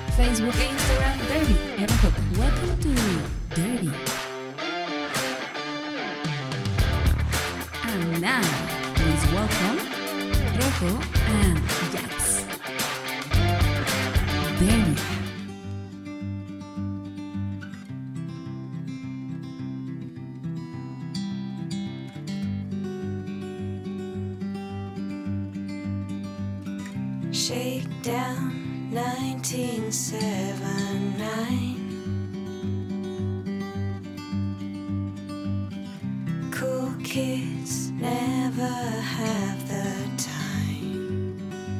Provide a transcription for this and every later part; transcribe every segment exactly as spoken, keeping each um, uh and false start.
Facebook e Instagram Derby R J. Welcome to Derby. And now, please welcome Rojo and Jax. Derby. Shakedown nineteen seventy-nine. Cool kids never have the time.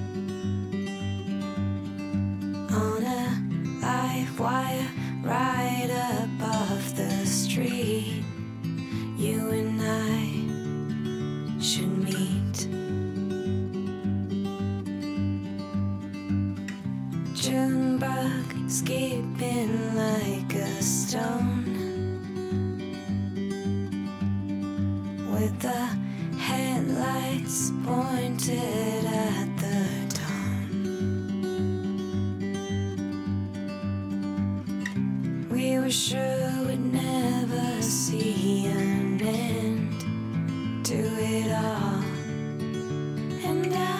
On a live wire right above the street, you and I should meet. Junebug skipping like a stone, with the headlights pointed at the dawn. We were sure we'd never see an end to it all, and I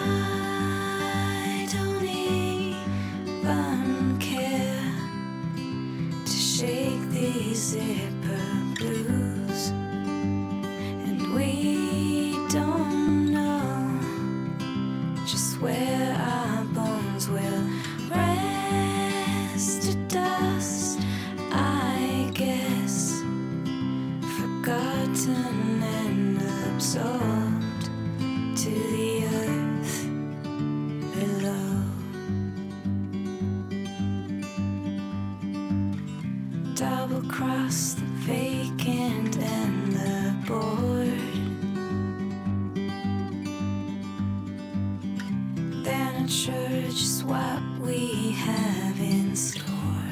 don't even care to shake these zipper blues. And we don't know just where our bones will rest to dust, I guess, forgotten and absorbed to the earth below. Double cross the vacant and the bored, then a church is what we have in store.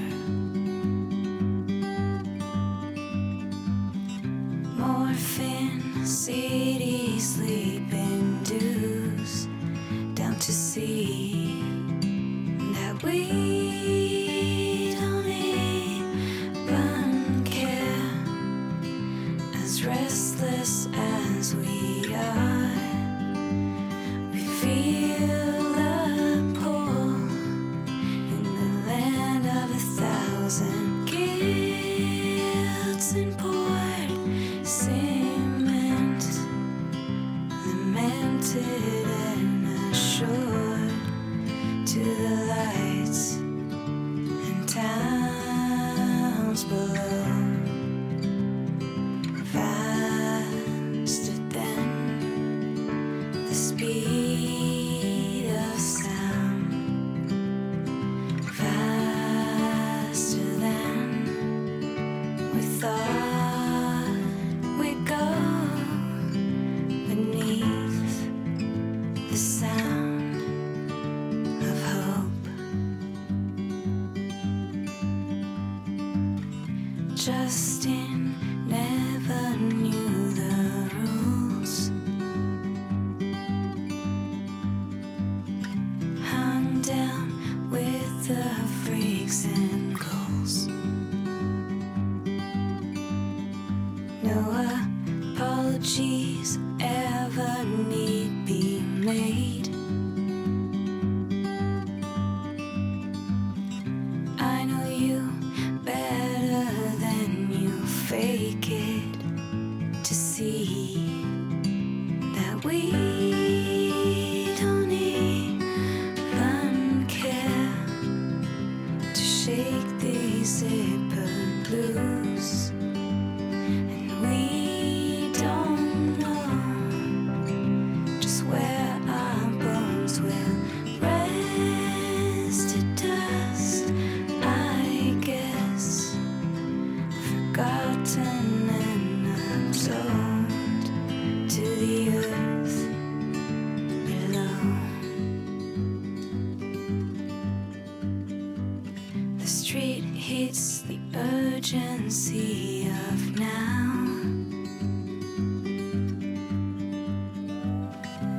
Morphine, city sleeping dues, down to see that we restless as we are, we feel a pull in the land of a thousand guilds and poured cement, lamented and assured to the lights and towns below. Speed of sound, faster than we thought we'd go, beneath the sound of hope. Justin never knew the rules. Down with the freaks and ghouls. No apologies ever need be made. I know you better than you fake it, to see that we shake these zipper blues, and we don't know just where our bones will rest to dust, I guess, forgotten and absorbed to the earth below. The street hits the urgency of now.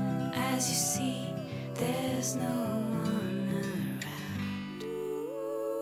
As you see, there's no one around.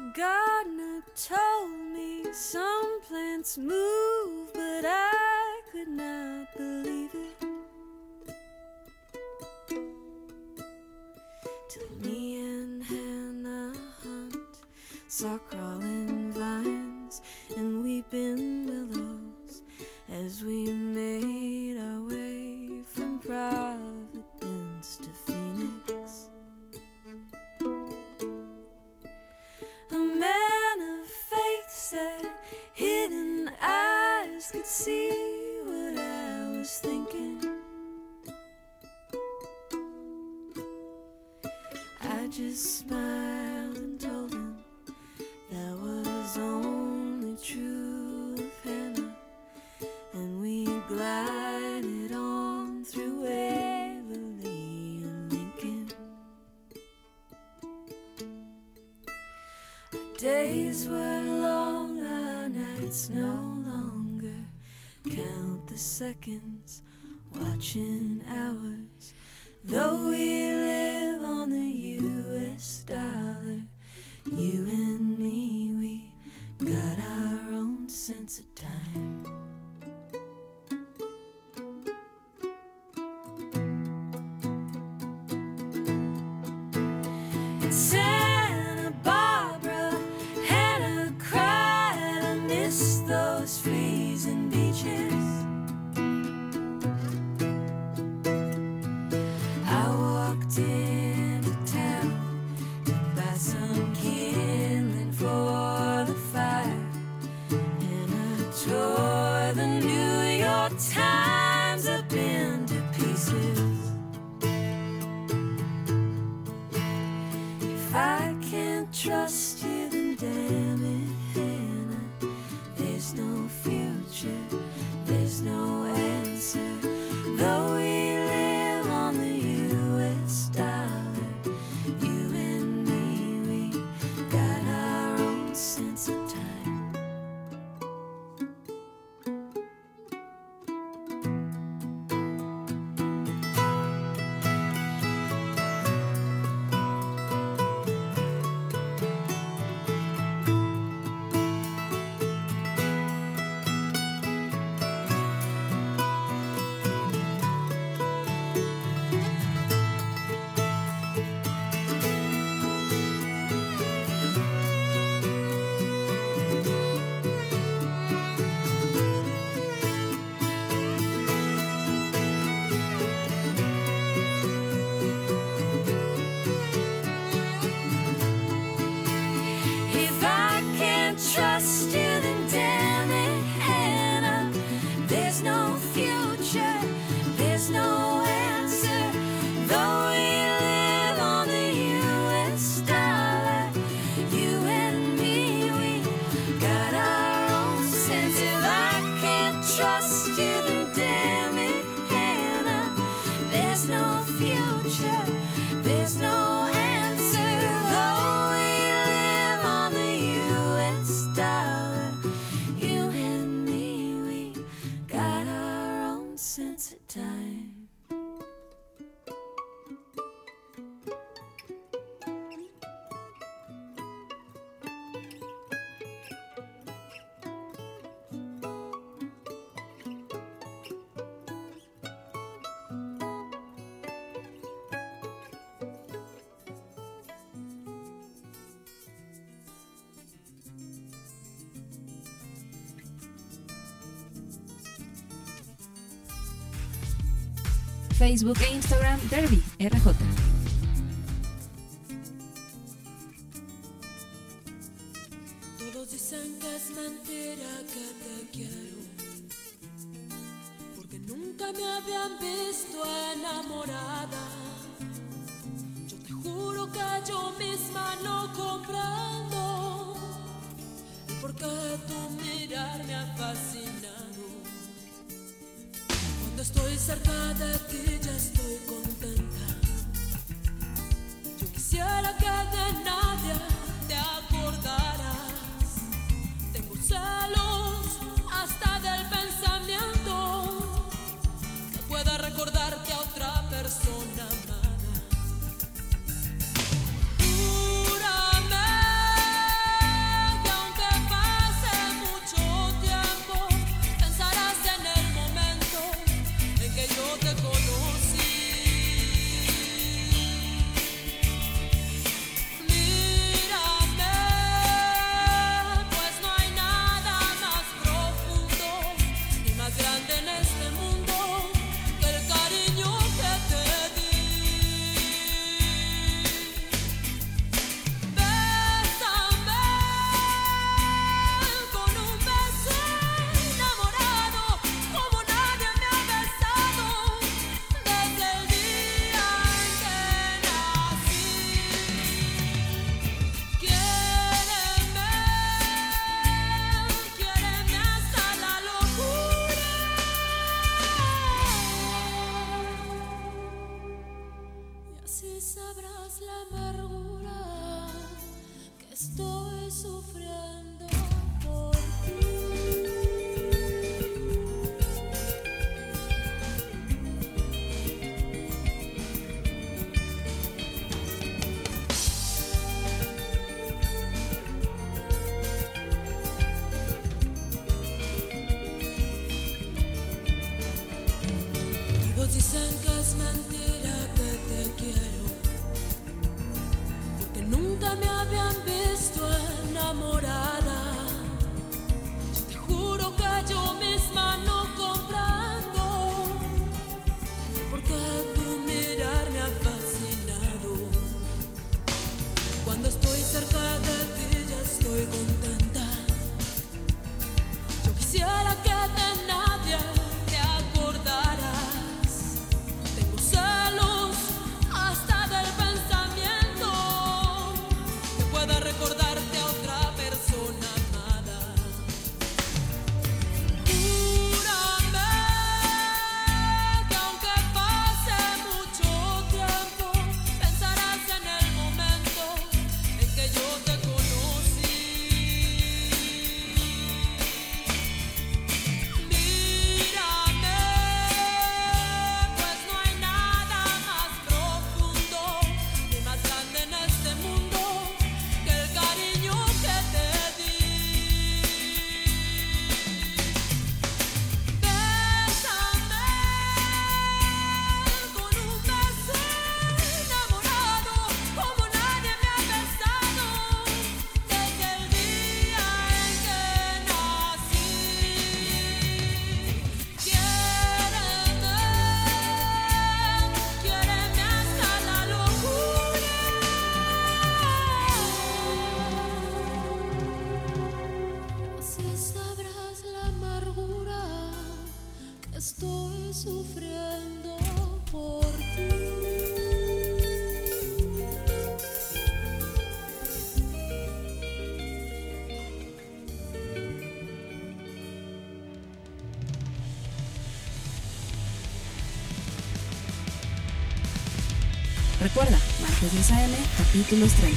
gardener told me some plants move, but I could not believe it. Till me and Hannah Hunt saw crawling vines and weeping willows as we made our way from Providence to Phoenix. A man of faith said hidden eyes could see what I was thinking. I just smiled and told him that was only true of Hannah, and we glided on through Waverly and Lincoln. Our days were long, our nights no longer. Count the seconds, watching hours. Though we live on the U S dollar, you and me, we got our own sense of time. In Santa Barbara, Hannah cried, I miss those freezing beaches. I walked into town to buy some kindling for the fire, and I tore the New York Times up into pieces. If I can't trust you, then damn it, Hannah, there's no future, there's no answer. Though we live on the U S dollar, you and me, we got our own sense of time. If I can't trust you, then damn it, Hannah, there's no future, there's no answer. Though we live on the U S dollar, you and me, we got our own sense. If I can't trust you, then damn it, Hannah, there's no future, there's no answer. Though we live on the U S dollar, you and me, we got our own sense of time. Facebook e Instagram Derby R J. Todos dicen que es mentira que te quiero, porque nunca me habían visto enamorada. Yo te juro que yo misma no comprendo el por qué tu mirar me ha fascinado. Cuando estoy cerca de ti ya estoy contenta. Yo quisiera que de nadie te acordaras. Tengo celos hasta del pensamiento que pueda recordar que a otra persona amada. Júrame Estoy sufriendo por ti. Recuerda, martes diez a eme, capítulo estreno.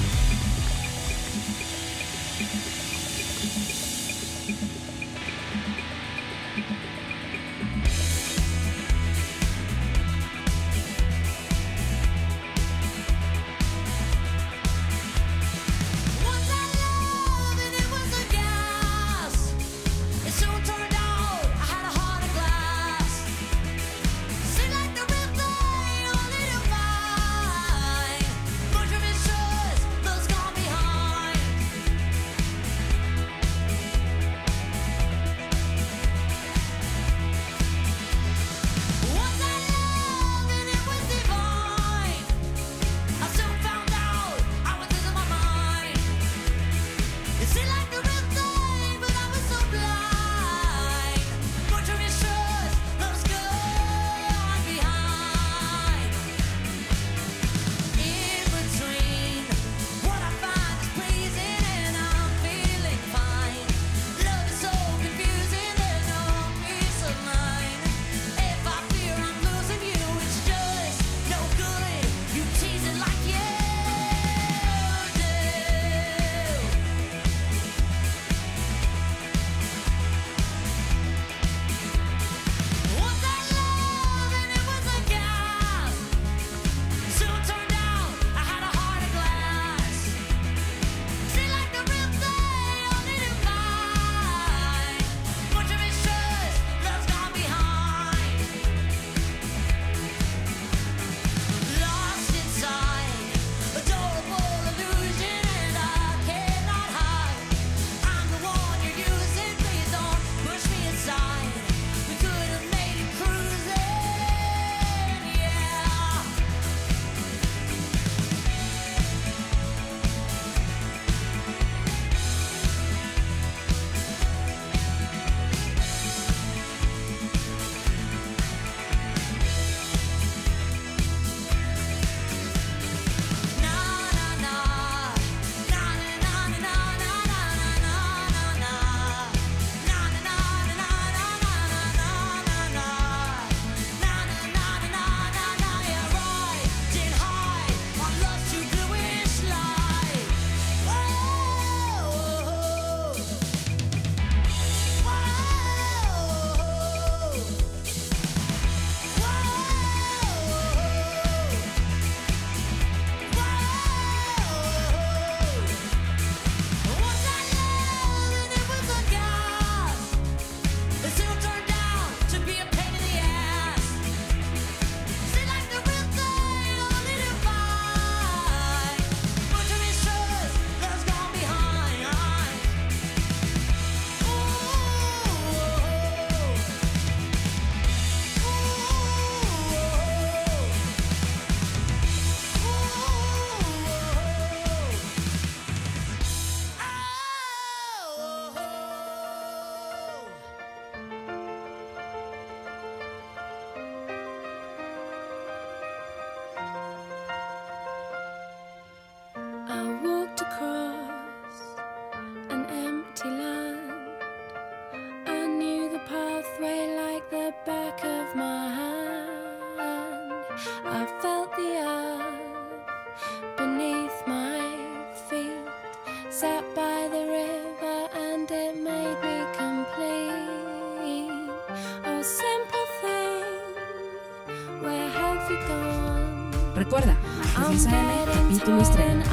Recuerda, martes diez a eme, capítulo estreno.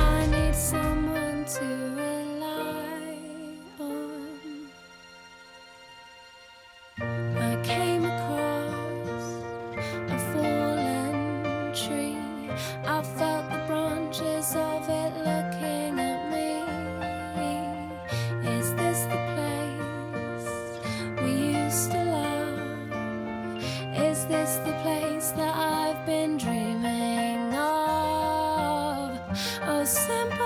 Simple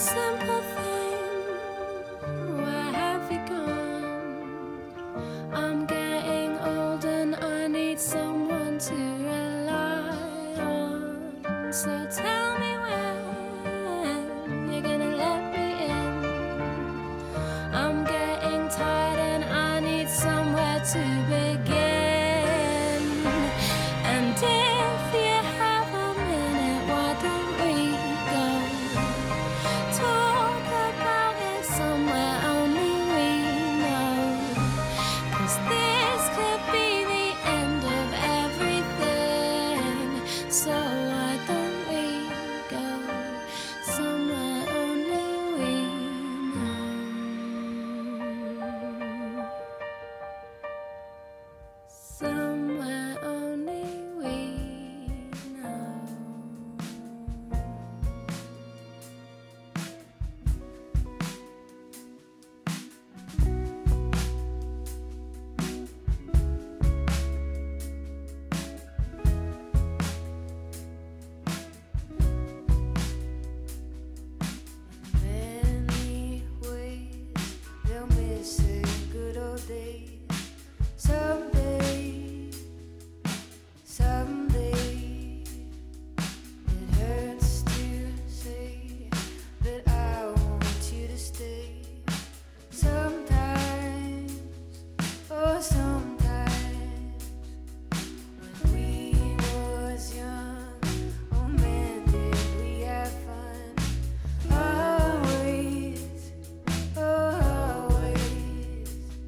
simple thing. Where have you gone? I'm getting old and I need someone to rely on. So tell me when you're gonna let me in. I'm getting tired and I need somewhere to begin. And if you have a minute, why don't we go talk about it somewhere only we know? 'Cause this could be the end of everything. So why don't we go somewhere only we know? Somewhere only we know. Many ways they'll miss a good old days. Someday, someday, it hurts to say that I want you to stay. Sometimes, oh sometimes, when we was young, oh man did we have fun. Always, oh always,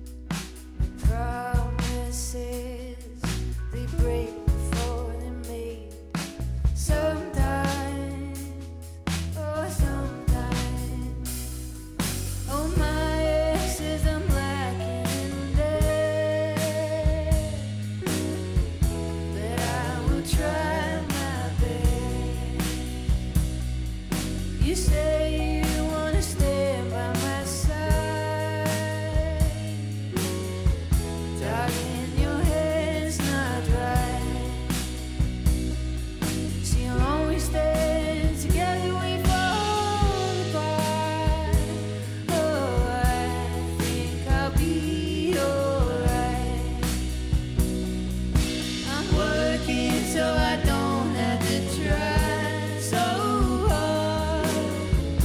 promises they break before they're made. Sometimes, oh sometimes, oh my exes I'm lacking dead, but I will try my best. You say you wanna stand by my side. Darling, your head's not right. So you'll always stand together, we fall apart. Oh, I think I'll be alright. I'm working so I don't have to try so hard.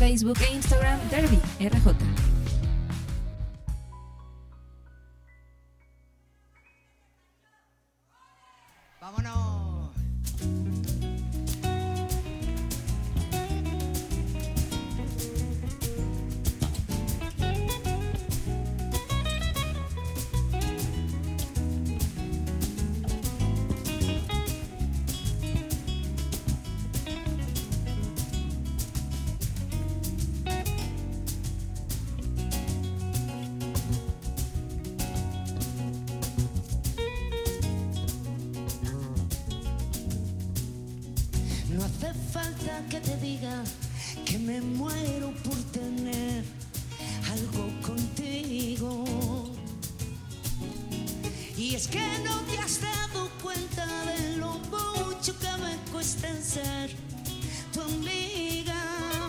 Facebook e Instagram Derby R J. Vámonos. No hace falta que te diga que me muero por tener algo contigo. Y es que no te has dado cuenta de lo mucho que me cuesta ser tu amiga.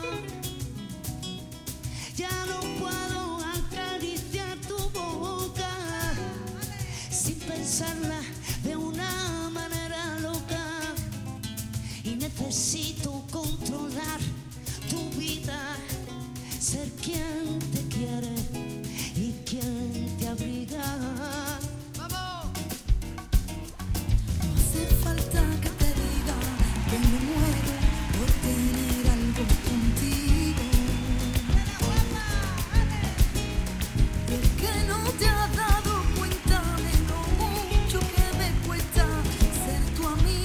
Ya no puedo acariciar tu boca sin pensarla de una manera loca. Y necesito controlar tu vida, ser quien te quiere y quien te abriga. ¡Vamos! No hace falta que te diga que me muero por tener algo contigo. Y es que no te has dado cuenta de lo mucho que me cuesta ser tu amiga.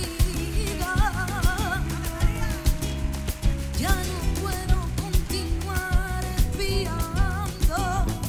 Ya no puedo continuar espiando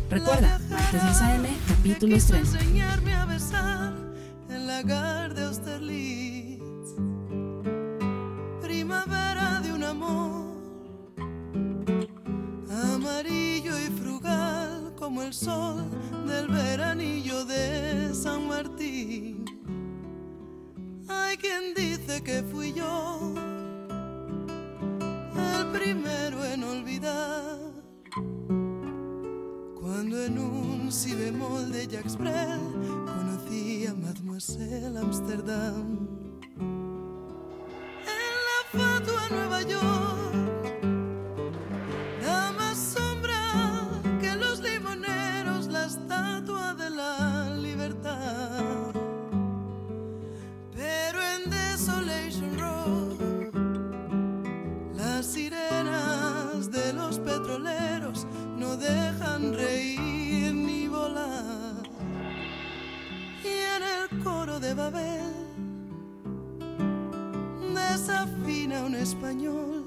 Recuerda, martes diez a eme, capítulo estreno. Enseñarme a besar en la Gare de Austerlitz, primavera de un amor amarillo y frugal como el sol del veranillo de San Martín. Hay quien dice que fui yo el primero en olvidar, cuando en un si bemol de Jacques Brel conocí a Mademoiselle Amsterdam. En la fatua Nueva York da más sombra que los limoneros la estatua de la libertad. Pero en Desolation Road las sirenas de los petroleros no dejan reír ni volar. Y en el coro de Babel desafina un español.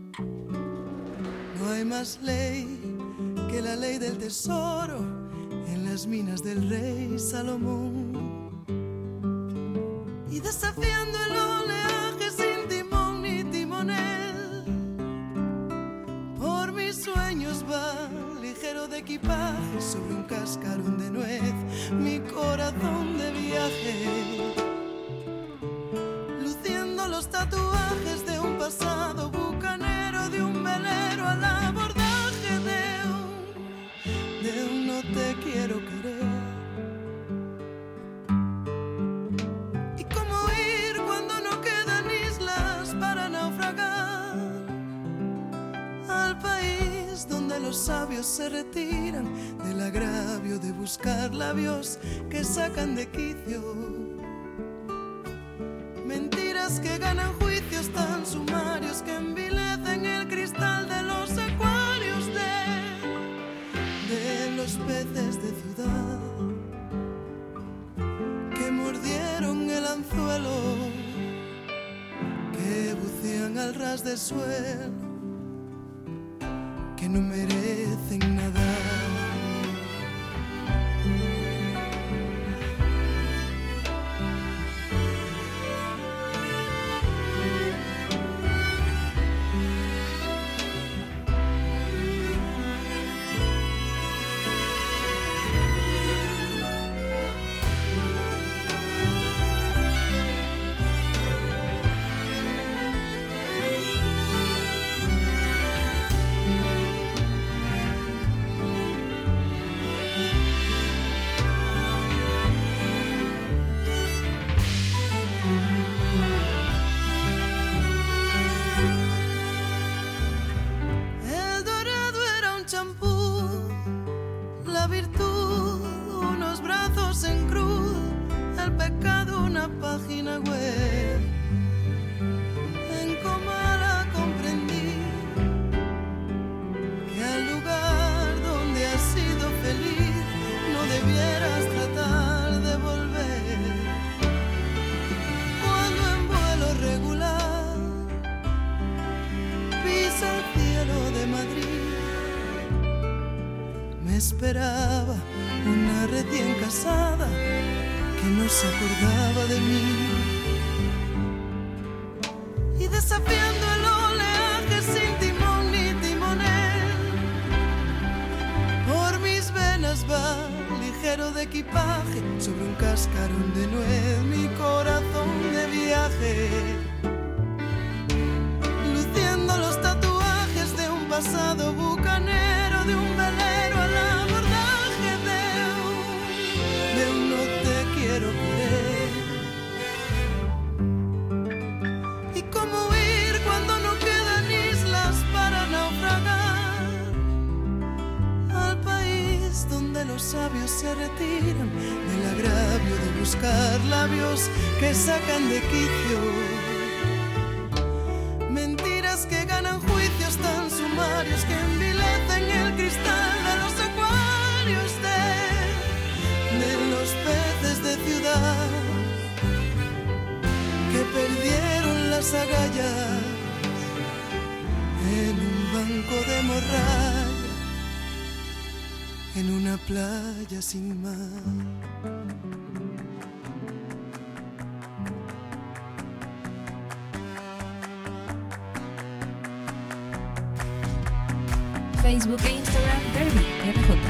No hay más ley que la ley del tesoro en las minas del rey Salomón. Y desafiando el oleaje sin timón ni timonel, por mis sueños va ligero de equipaje sobre un cascarón de nuez, mi corazón de viaje, luciendo los tatuajes de un pasado bucanero, de un velero al abordaje de un, de un no te quiero querer. Y cómo ir cuando no quedan islas para naufragar, al país donde los sabios se retiran del agravio de buscar labios que sacan de quicio, mentiras que ganan juicios tan sumarios que envilecen el cristal de los acuarios de, de los peces de ciudad que mordieron el anzuelo, que bucean al ras del suelo, que no merecen nada. Esperaba una recién casada que no se acordaba de mí, y desafiando el oleaje sin timón ni timonel, por mis venas va ligero de equipaje sobre un cascarón de nuez, mi corazón de viaje, luciendo los tatuajes de un pasado bucanero, de un velero al abordaje de un, de un no te quiero querer. Y cómo huir cuando no quedan islas para naufragar, al país donde los sabios se retiran del agravio de buscar labios que sacan de quicio, mentiras que ganan juicios tan sumarios que envilecen el cristal de los acuarios de, de los peces de ciudad que perdieron las agallas en un banco de morralla. en una playa sin mar. Facebook e Instagram Derby R J.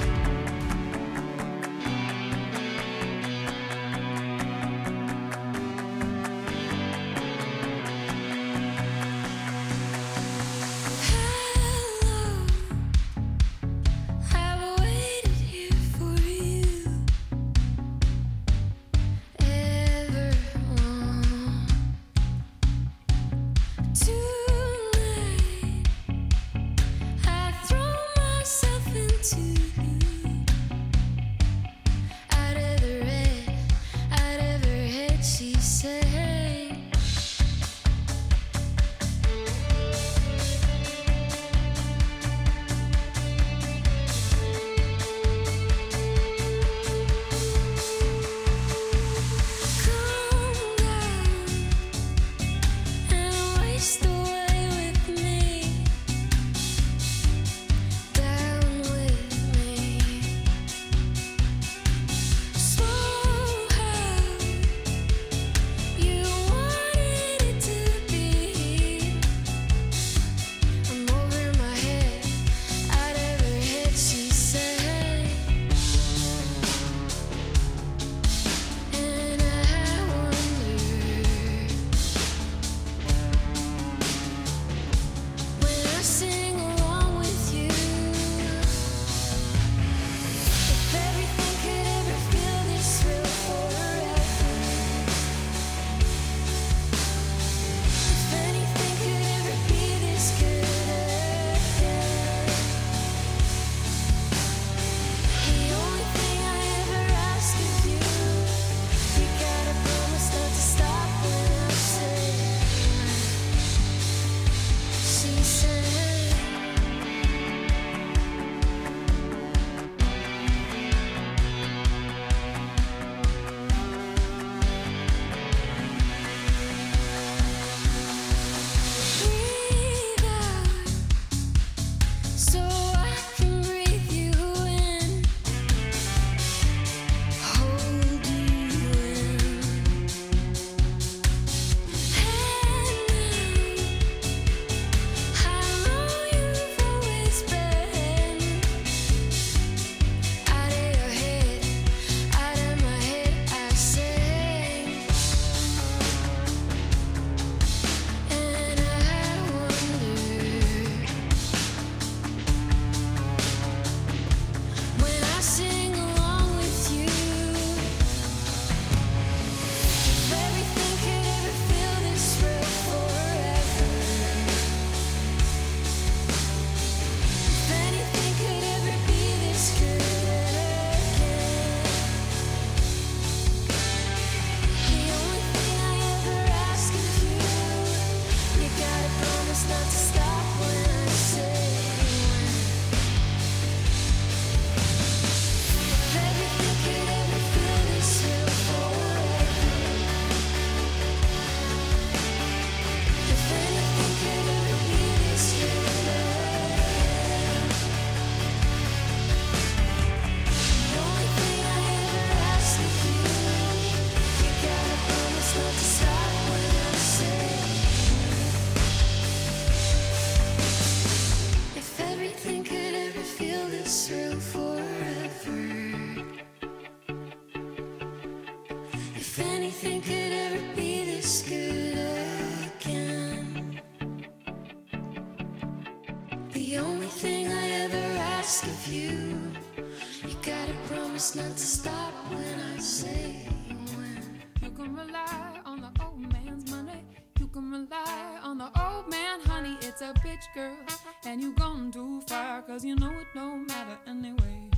promise not to stop when I say when. You can rely on the old man's money. You can rely on the old man, honey. It's a bitch, girl. And you gone too far, cause you know it don't matter anyway.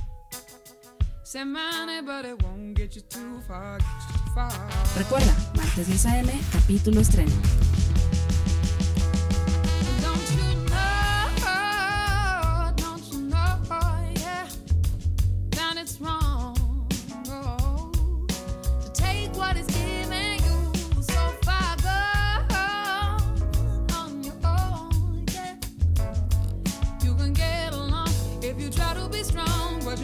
Say money, but it won't get you too far, get you too far. Recuerda, martes diez a eme, capítulo estreno. It's wrong oh, to take what is giving you so far gone on your own. Yeah. You can get along if you try to be strong, but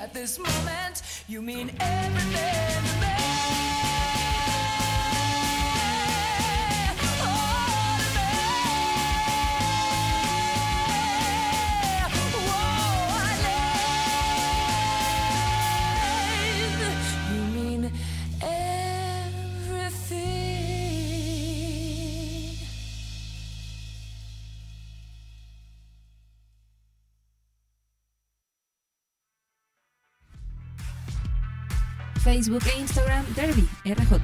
at this moment. You mean everything to me. Facebook e Instagram Derby R J.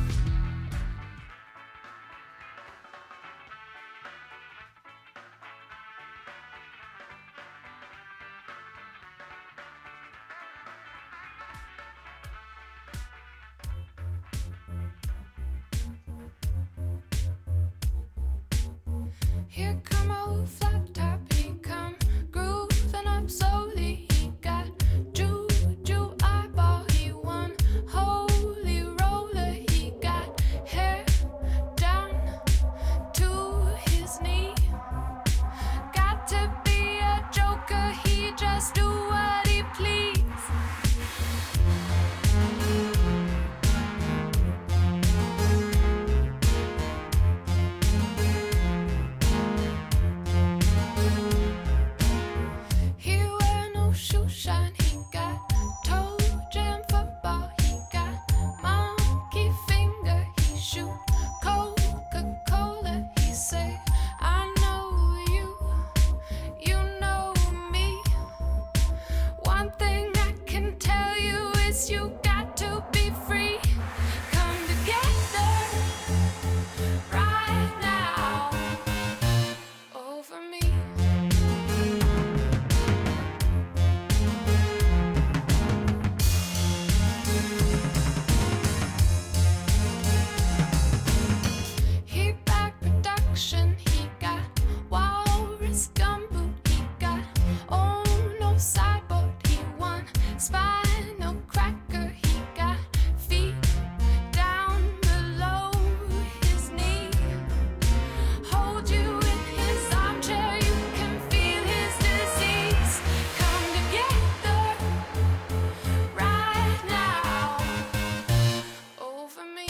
Here come old flat top, he come grooving up slowly. He got juju eyeball, he won holy roller. He got hair down to his knee. Got to be a joker, he just do what he please. He wear no shoe shine, he got toe jam football, he got monkey finger, he shoot Coca-Cola, he say, I know you, you know me. One thing I can tell you is you got to be free. Come together right now over me. He back production, he got walrus gumboot, he got oh no sideboard, he won spinal cracker, he got feet down below his knee. Hold you in his armchair, you can feel his disease. Come together right now over me.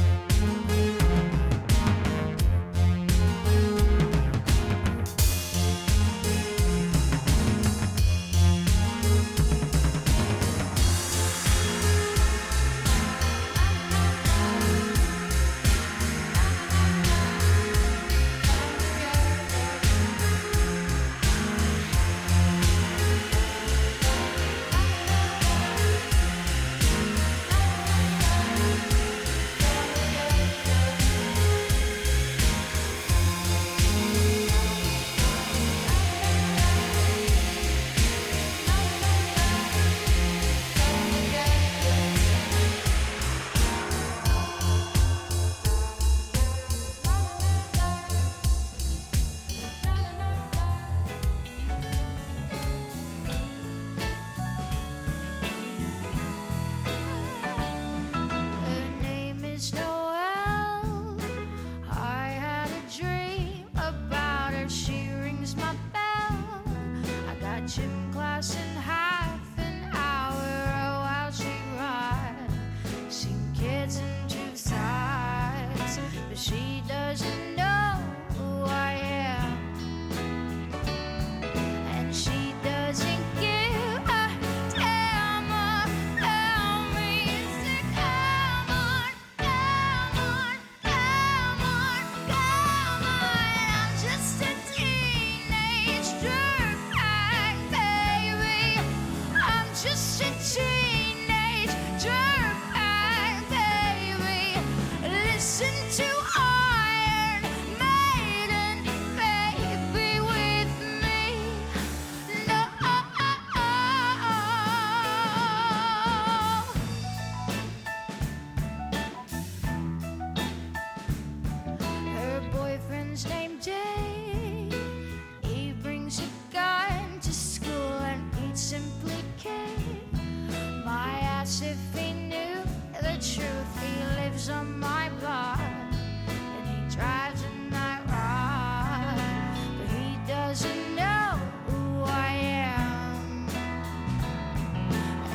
Her name is Noelle. I had a dream about her. She rings my bell. I got gym class in half an hour while she rides. Seen kids in two sides, but she doesn't know who I am, and she doesn't give a damn about me. So come on, come on, come on, come on. I'm just a teenage dirtbag, baby. I'm just a teenage dirtbag, baby. Listen to Iron Maiden, baby, with me. No. Her boyfriend's named Jay. He brings a gun to school and eats simply cake. My ass, if he knew the truth, he lives on my block and he drives a night ride, but he doesn't know who I am,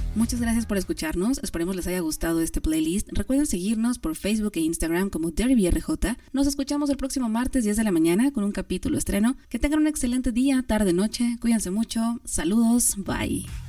Muchas gracias por escucharnos, esperemos les haya gustado este playlist. Recuerden seguirnos por Facebook e Instagram como Derby R J. Nos escuchamos el próximo martes diez de la mañana con un capítulo estreno. Que tengan un excelente día, tarde, noche, cuídense mucho, saludos, bye.